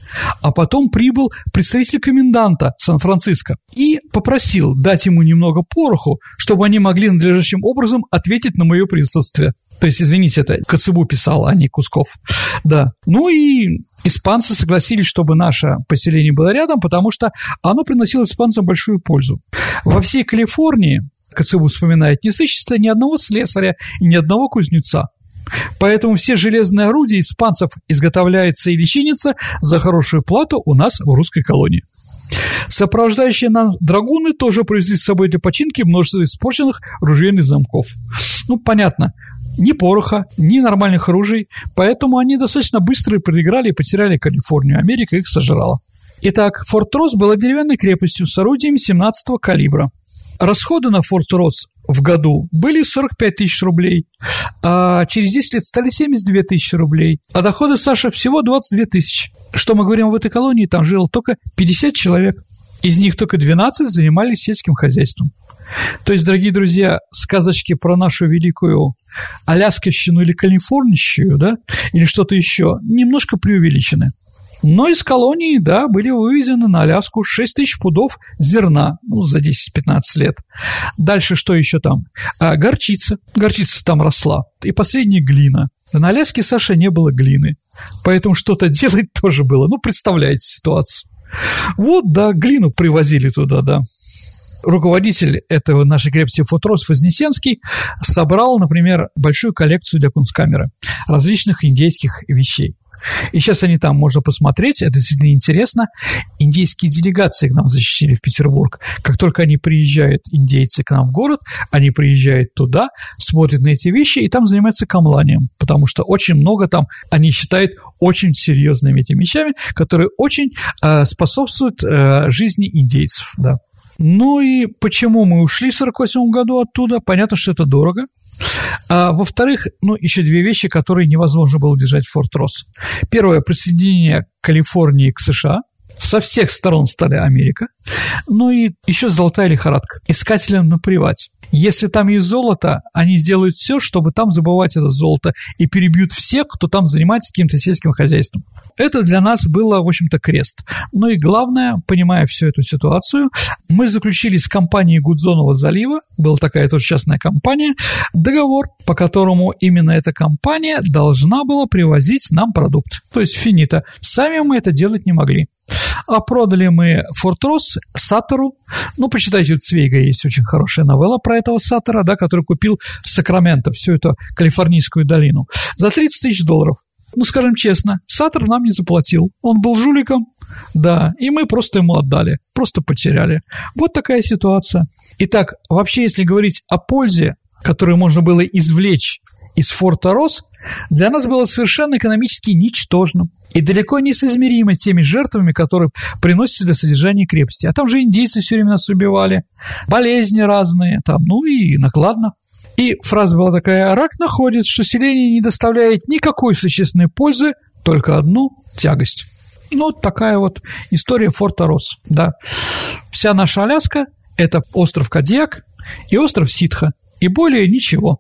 А потом прибыл представитель коменданта Сан-Франциско и попросил дать ему немного пороху, чтобы они могли надлежащим образом ответить на мое присутствие. То есть, извините, это Коцебу писал, а не Кусков. Да. Ну и испанцы согласились, чтобы наше поселение было рядом, потому что оно приносило испанцам большую пользу. Во всей Калифорнии, Коцебу вспоминает, не сыщется ни одного слесаря и ни одного кузнеца. Поэтому все железные орудия испанцев изготовляются или чинятся за хорошую плату у нас в русской колонии. Сопровождающие нам драгуны тоже привезли с собой для починки множество испорченных ружейных замков. Ну, понятно, ни пороха, ни нормальных оружий, поэтому они достаточно быстро проиграли и потеряли Калифорнию. Америка их сожрала. Итак, Форт Росс была деревянной крепостью с орудиями 17-го калибра. Расходы на Форт Росс в году были 45 тысяч рублей, а через 10 лет стали 72 тысячи рублей, а доходы, Саша, всего 22 тысячи. Что мы говорим, в этой колонии там жило только 50 человек, из них только 12 занимались сельским хозяйством. То есть, дорогие друзья, сказочки про нашу великую Аляскинщину или Калифорнищину, да, или что-то еще, немножко преувеличены. Но из колонии, да, были вывезены на Аляску 6 тысяч пудов зерна, ну, за 10-15 лет. Дальше что еще там? Горчица. Горчица там росла. И последняя глина. На Аляске, Саша, не было глины. Поэтому что-то делать тоже было. Ну, представляете ситуацию. Вот, да, глину привозили туда, да. Руководитель этого нашей крепости Форт Росс Вознесенский собрал, например, большую коллекцию для кунсткамеры различных индейских вещей. И сейчас они там, можно посмотреть, это действительно интересно. Индейские делегации к нам защитили в Петербург. Как только они приезжают, индейцы, к нам в город, они приезжают туда, смотрят на эти вещи и там занимаются камланием, потому что очень много там они считают очень серьезными этими вещами, которые очень способствуют жизни индейцев, да. Ну и почему мы ушли в 1948 году оттуда? Понятно, что это дорого. А во-вторых, ну, еще две вещи, которые невозможно было держать в Форт Росс. Первое – присоединение Калифорнии к США. Со всех сторон стали Америка. Ну и еще золотая лихорадка. Искателям наплевать. Если там есть золото, они сделают все, чтобы там забывать это золото, и перебьют всех, кто там занимается каким-то сельским хозяйством. Это для нас было, в общем-то, крест. Ну и главное, понимая всю эту ситуацию, мы заключили с компанией Гудзонова залива, была такая тоже частная компания, договор, по которому именно эта компания должна была привозить нам продукт. То есть финита. Сами мы это делать не могли. А продали мы Форт Росс Саттеру. Ну, почитайте, у Цвейга есть очень хорошая новелла про этого Саттера, да, который купил в Сакраменто всю эту Калифорнийскую долину за $30 тысяч. Ну, скажем честно, Саттер нам не заплатил. Он был жуликом, да, и мы просто ему отдали, просто потеряли. Вот такая ситуация. Итак, вообще, если говорить о пользе, которую можно было извлечь из Форта Росс, для нас было совершенно экономически ничтожным и далеко не соизмеримо с теми жертвами, которые приносятся для содержания крепости. А там же индейцы все время нас убивали, болезни разные, там, ну и накладно. И фраза была такая: «Рак находит, что селение не доставляет никакой существенной пользы, только одну тягость». Ну, вот такая вот история Форта Росс, да. Вся наша Аляска – это остров Кадьяк и остров Ситха, и более ничего.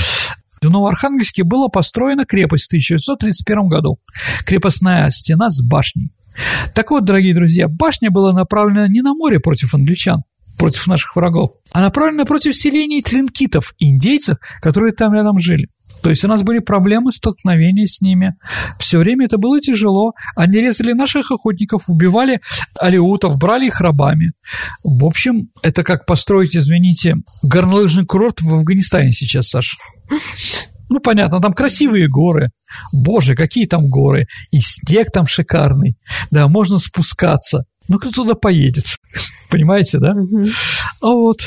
В Новоархангельске была построена крепость в 1931 году. Крепостная стена с башней. Так вот, дорогие друзья, башня была направлена не на море против англичан, против наших врагов, а направлена против селений тлинкитов, индейцев, которые там рядом жили. То есть у нас были проблемы, столкновения с ними. Все время это было тяжело. Они резали наших охотников, убивали алеутов, брали их рабами. В общем, это как построить, извините, горнолыжный курорт в Афганистане сейчас, Саша. Ну, понятно, там красивые горы. Боже, какие там горы. И снег там шикарный. Да, можно спускаться. Ну, кто туда поедет? Понимаете, да? А вот,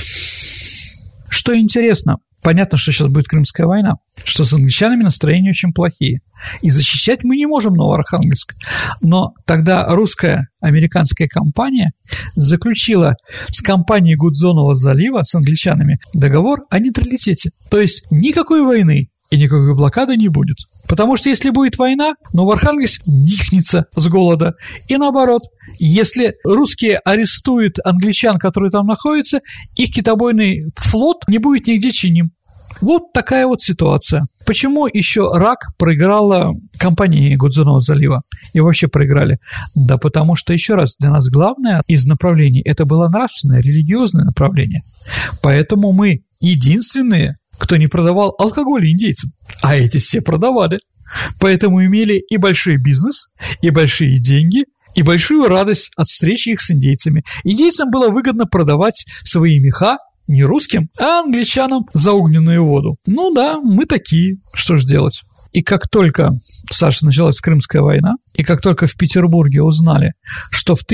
что интересно, понятно, что сейчас будет Крымская война, что с англичанами настроения очень плохие. И защищать мы не можем Новоархангельск. Но тогда русская американская компания заключила с компанией Гудзонова залива, с англичанами, договор о нейтралитете. То есть никакой войны и никакой блокады не будет. Потому что если будет война, Новоархангельск нихнется с голода. И наоборот, если русские арестуют англичан, которые там находятся, их китобойный флот не будет нигде чиним. Вот такая вот ситуация. Почему еще РАК проиграла компании Гудзонова залива? И вообще проиграли? Да потому что, еще раз, для нас главное из направлений – это было нравственное, религиозное направление. Поэтому мы единственные, кто не продавал алкоголь индейцам, а эти все продавали. Поэтому имели и большой бизнес, и большие деньги, и большую радость от встречи их с индейцами. Индейцам было выгодно продавать свои меха не русским, а англичанам за огненную воду. Ну да, мы такие, что ж делать. И как только, Саша, началась Крымская война, и как только в Петербурге узнали, что в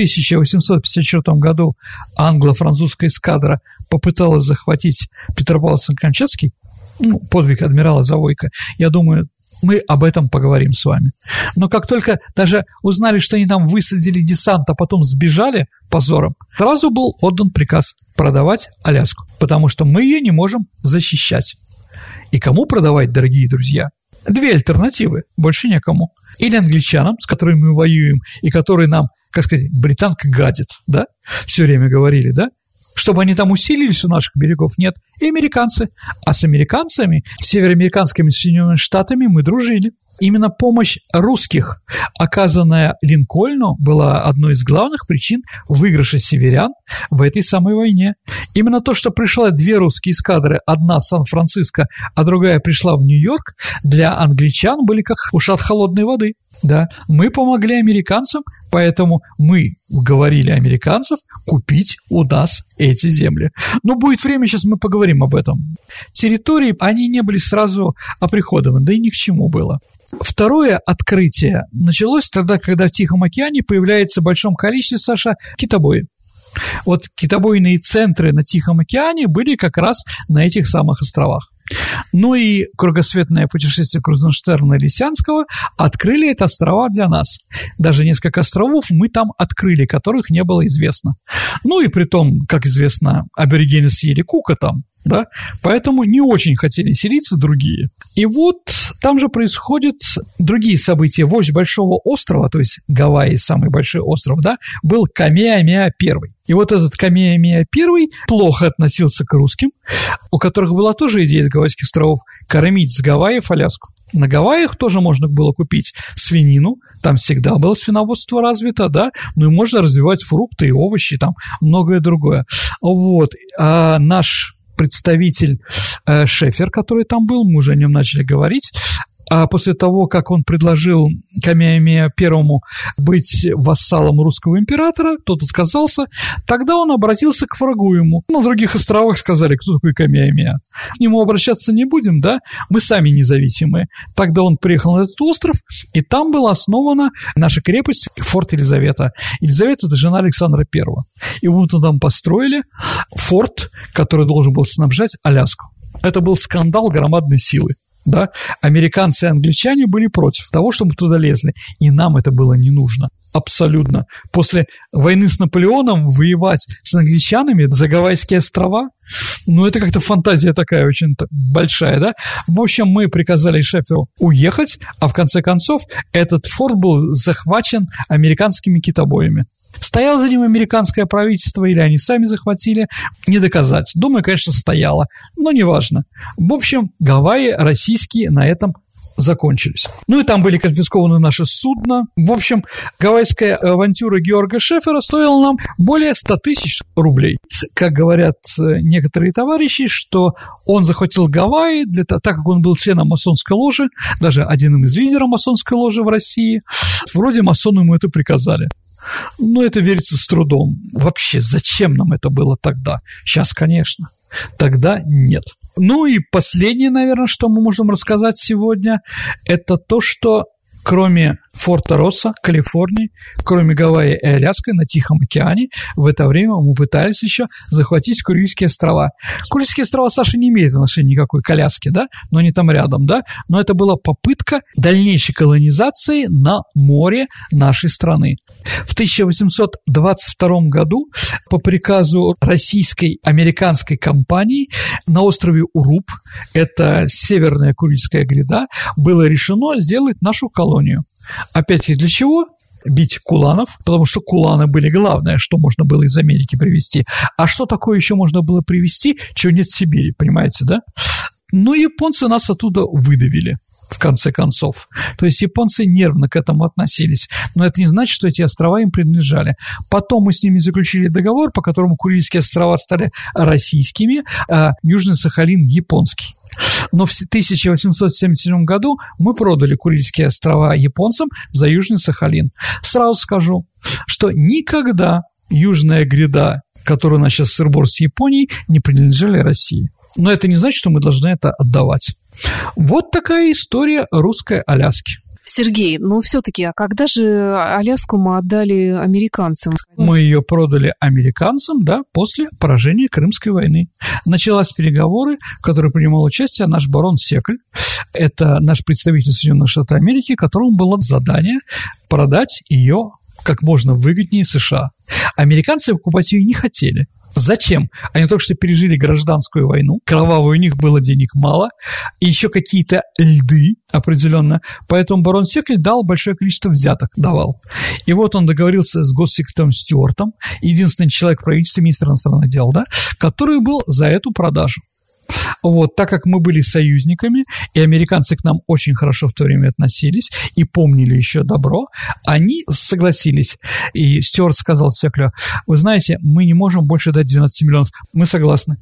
1854 году англо-французская эскадра попыталась захватить Петропавловск-Камчатский, подвиг адмирала Завойко, я думаю, мы об этом поговорим с вами. Но как только даже узнали, что они там высадили десант, а потом сбежали позором, сразу был отдан приказ продавать Аляску, потому что мы ее не можем защищать. И кому продавать, дорогие друзья? Две альтернативы, больше некому. Или англичанам, с которыми мы воюем, и которые нам, как сказать, британка гадит, да? Все время говорили, да? Чтобы они там усилились у наших берегов, нет. И американцы. А с американцами, североамериканскими Соединенными Штатами мы дружили. Именно помощь русских, оказанная Линкольну, была одной из главных причин выигрыша северян в этой самой войне. Именно то, что пришла две русские эскадры, одна в Сан-Франциско, а другая пришла в Нью-Йорк, для англичан были как ушат холодной воды. Да, мы помогли американцам, поэтому мы уговорили американцев купить у нас эти земли. Но будет время, сейчас мы поговорим об этом. Территории, они не были сразу оприходованы, да и ни к чему было. Второе открытие началось тогда, когда в Тихом океане появляется в большом количестве, Саша, китобои. Вот китобойные центры на Тихом океане были как раз на этих самых островах. Ну и кругосветное путешествие Крузенштерна и Лисянского открыли эти острова для нас. Даже несколько островов мы там открыли, которых не было известно. Ну и при том, как известно, аборигены съели Кука там, да, поэтому не очень хотели селиться другие. И вот там же происходят другие события. Вождь Большого острова, то есть Гавайи, самый большой остров, да, был Камеамеа I. И вот этот Камеамеа I плохо относился к русским, у которых была тоже идея из Гавайских островов кормить с Гавайев Аляску. На Гавайях тоже можно было купить свинину, там всегда было свиноводство развито, да, ну и можно развивать фрукты и овощи, там многое другое. Вот, а наш представитель Шефер, который там был, мы уже о нем начали говорить, а после того, как он предложил Камеамеа I быть вассалом русского императора, тот отказался, тогда он обратился к врагу ему. На других островах сказали, кто такой Камеамеа. К нему обращаться не будем, да, мы сами независимые. Тогда он приехал на этот остров, и там была основана наша крепость, форт Елизавета. Елизавета – это жена Александра I. И вот там построили форт, который должен был снабжать Аляску. Это был скандал громадной силы. Да, американцы и англичане были против того, чтобы мы туда лезли, и нам это было не нужно. Абсолютно. После войны с Наполеоном воевать с англичанами за Гавайские острова, ну, это как-то фантазия такая очень большая, да? В общем, мы приказали Шеферу уехать, а в конце концов этот форт был захвачен американскими китобоями. Стояло за ним американское правительство или они сами захватили, не доказать. Думаю, конечно, стояло, но неважно. В общем, Гавайи российские на этом закончились. Ну и там были конфискованы наши судна. В общем, гавайская авантюра Георга Шефера стоила нам более 100 тысяч рублей. Как говорят некоторые товарищи, что он захватил Гавайи, так как он был членом масонской ложи, даже одним из лидеров масонской ложи в России. Вроде масоны ему это приказали. Но это верится с трудом. Вообще, зачем нам это было тогда? Сейчас, конечно. Тогда нет. Ну и последнее, наверное, что мы можем рассказать сегодня, это то, что кроме Форта Росса, Калифорнии, кроме Гавайи и Аляски на Тихом океане, в это время мы пытались еще захватить Курильские острова. Курильские острова, Саша, не имеют отношения никакой к Аляске, да, но они там рядом, да, но это была попытка дальнейшей колонизации на море нашей страны. В 1822 году по приказу российской американской компании на острове Уруп, это северная Курильская гряда, было решено сделать нашу колонию. Опять-таки, для чего? Бить куланов, потому что куланы были главное, что можно было из Америки привезти. А что такое еще можно было привезти, чего нет в Сибири, понимаете, да? Но японцы нас оттуда выдавили, в конце концов. То есть японцы нервно к этому относились. Но это не значит, что эти острова им принадлежали. Потом мы с ними заключили договор, по которому Курильские острова стали российскими, а Южный Сахалин – японский. Но в 1877 году мы продали Курильские острова японцам за Южный Сахалин. Сразу скажу, что никогда Южная гряда, которую у нас сейчас сыр-бор с Японией, не принадлежали России. Но это не значит, что мы должны это отдавать. Вот такая история русской Аляски. Сергей, ну все-таки, а когда же Аляску мы отдали американцам? Мы ее продали американцам, да, после поражения Крымской войны. Началась переговоры, в которых принимал участие наш барон Секль. Это наш представитель Соединенных Штатов Америки, которому было задание продать ее как можно выгоднее США. Американцы покупать ее не хотели. Зачем? Они только что пережили гражданскую войну, кровавую, у них было денег мало, и еще какие-то льды определенно, поэтому барон Секль дал большое количество взяток, давал. И вот он договорился с госсекретарем Стюартом, единственный человек в правительстве, министр иностранных дел, да, который был за эту продажу. Вот, так как мы были союзниками, и американцы к нам очень хорошо в то время относились и помнили еще добро, они согласились. И Стюарт сказал Секлю: вы знаете, мы не можем больше дать 12 миллионов. Мы согласны.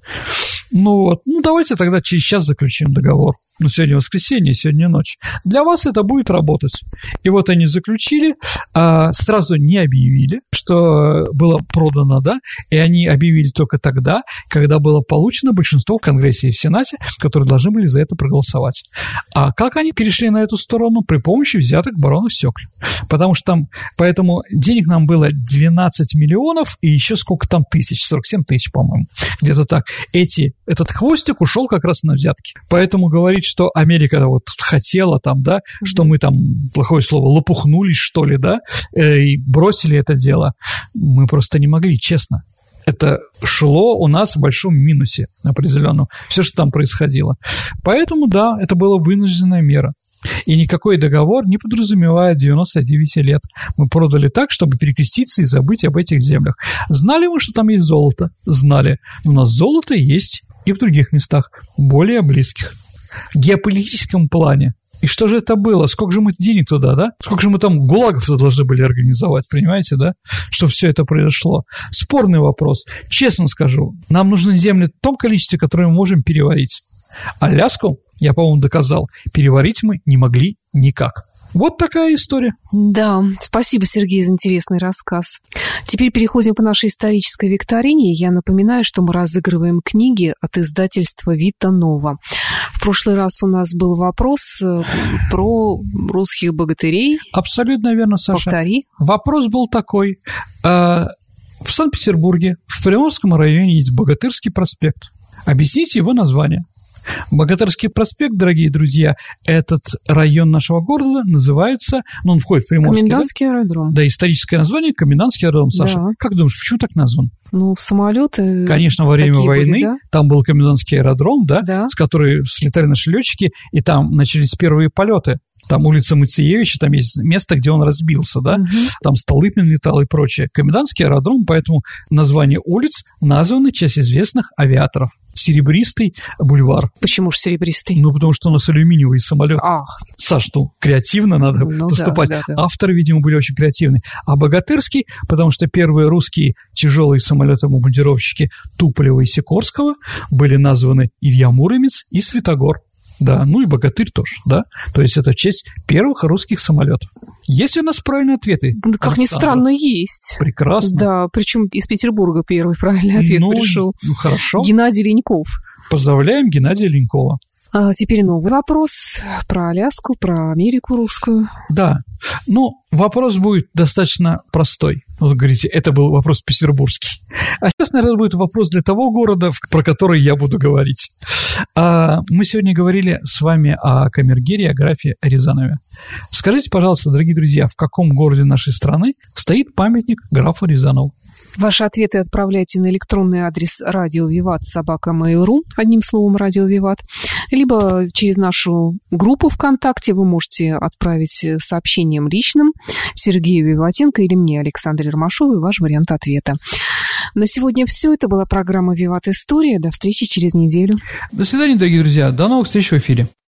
Ну вот, ну давайте тогда через час заключим договор. Ну, сегодня воскресенье, сегодня ночь. Для вас это будет работать. И вот они заключили, сразу не объявили, что было продано, да, и они объявили только тогда, когда было получено большинство в Конгрессе и в Сенате, которые должны были за это проголосовать. А как они перешли на эту сторону? При помощи взяток барона Секля. Потому что там, поэтому денег нам было 12 миллионов и еще сколько там тысяч, 47 тысяч, по-моему, где-то так. Этот хвостик ушел как раз на взятки. Поэтому говорить, что Америка вот хотела там, да, что мы там, плохое слово, лопухнулись, что ли, да, и бросили это дело, мы просто не могли, честно. Это шло у нас в большом минусе определенном, все, что там происходило. Поэтому, да, это была вынужденная мера. И никакой договор не подразумевает 99 лет. Мы продали так, чтобы перекреститься и забыть об этих землях. Знали мы, что там есть золото? Знали. У нас золото есть и в других местах, более близких. В геополитическом плане. И что же это было? Сколько же мы денег туда, да? Сколько же мы там гулагов должны были организовать, понимаете, да? Что все это произошло. Спорный вопрос. Честно скажу, нам нужны земли в том количестве, которое мы можем переварить. Аляску, я, по-моему, доказал, переварить мы не могли никак. Вот такая история. Да, спасибо, Сергей, за интересный рассказ. Теперь переходим к нашей исторической викторине. Я напоминаю, что мы разыгрываем книги от издательства Вита Нова. В прошлый раз у нас был вопрос про русских богатырей. Абсолютно верно, Саша. Повтори. Вопрос был такой. В Санкт-Петербурге, в Приморском районе есть Богатырский проспект. Объясните его название. Богатырский проспект, дорогие друзья, этот район нашего города называется, он входит в Приморский. Комендантский аэродром. Да, историческое название Комендантский аэродром, Саша. Да. Как думаешь, почему так назван? Ну, самолеты. Конечно, во время войны были, да? Там был Комендантский аэродром, да, с которой слетали наши летчики, и там начались первые полеты. Там улица Мациевича, там есть место, где он разбился, да, там Столыпин летал и прочее. Комендантский аэродром, поэтому название улиц названы в честь известных авиаторов. Серебристый бульвар. Почему же серебристый? Ну, потому что у нас алюминиевый самолет. Ах. Саш, креативно надо поступать. Да. Авторы, видимо, были очень креативны. А Богатырский, потому что первые русские тяжелые самолеты-бомбардировщики Туполева и Сикорского были названы Илья Муромец и Святогор. Да, ну и богатырь тоже, да. То есть это в честь первых русских самолетов. Есть ли у нас правильные ответы? Да, как ни странно, есть. Прекрасно. Да, причем из Петербурга первый правильный ответ пришел. Ну, хорошо. Геннадий Леньков. Поздравляем Геннадия Ленькова. А теперь новый вопрос про Аляску, про Америку русскую. Да, ну, вопрос будет достаточно простой. Вы говорите, это был вопрос петербургский. А сейчас, наверное, будет вопрос для того города, про который я буду говорить. Мы сегодня говорили с вами о камергере, о графе Рязанове. Скажите, пожалуйста, дорогие друзья, в каком городе нашей страны стоит памятник графу Рязанову? Ваши ответы отправляйте на электронный адрес radiovivat@mail.ru, одним словом «Радио Виват», либо через нашу группу ВКонтакте вы можете отправить сообщением личным Сергею Виватенко или мне, Александре Ромашовой, ваш вариант ответа. На сегодня все. Это была программа «Виват История». До встречи через неделю. До свидания, дорогие друзья. До новых встреч в эфире.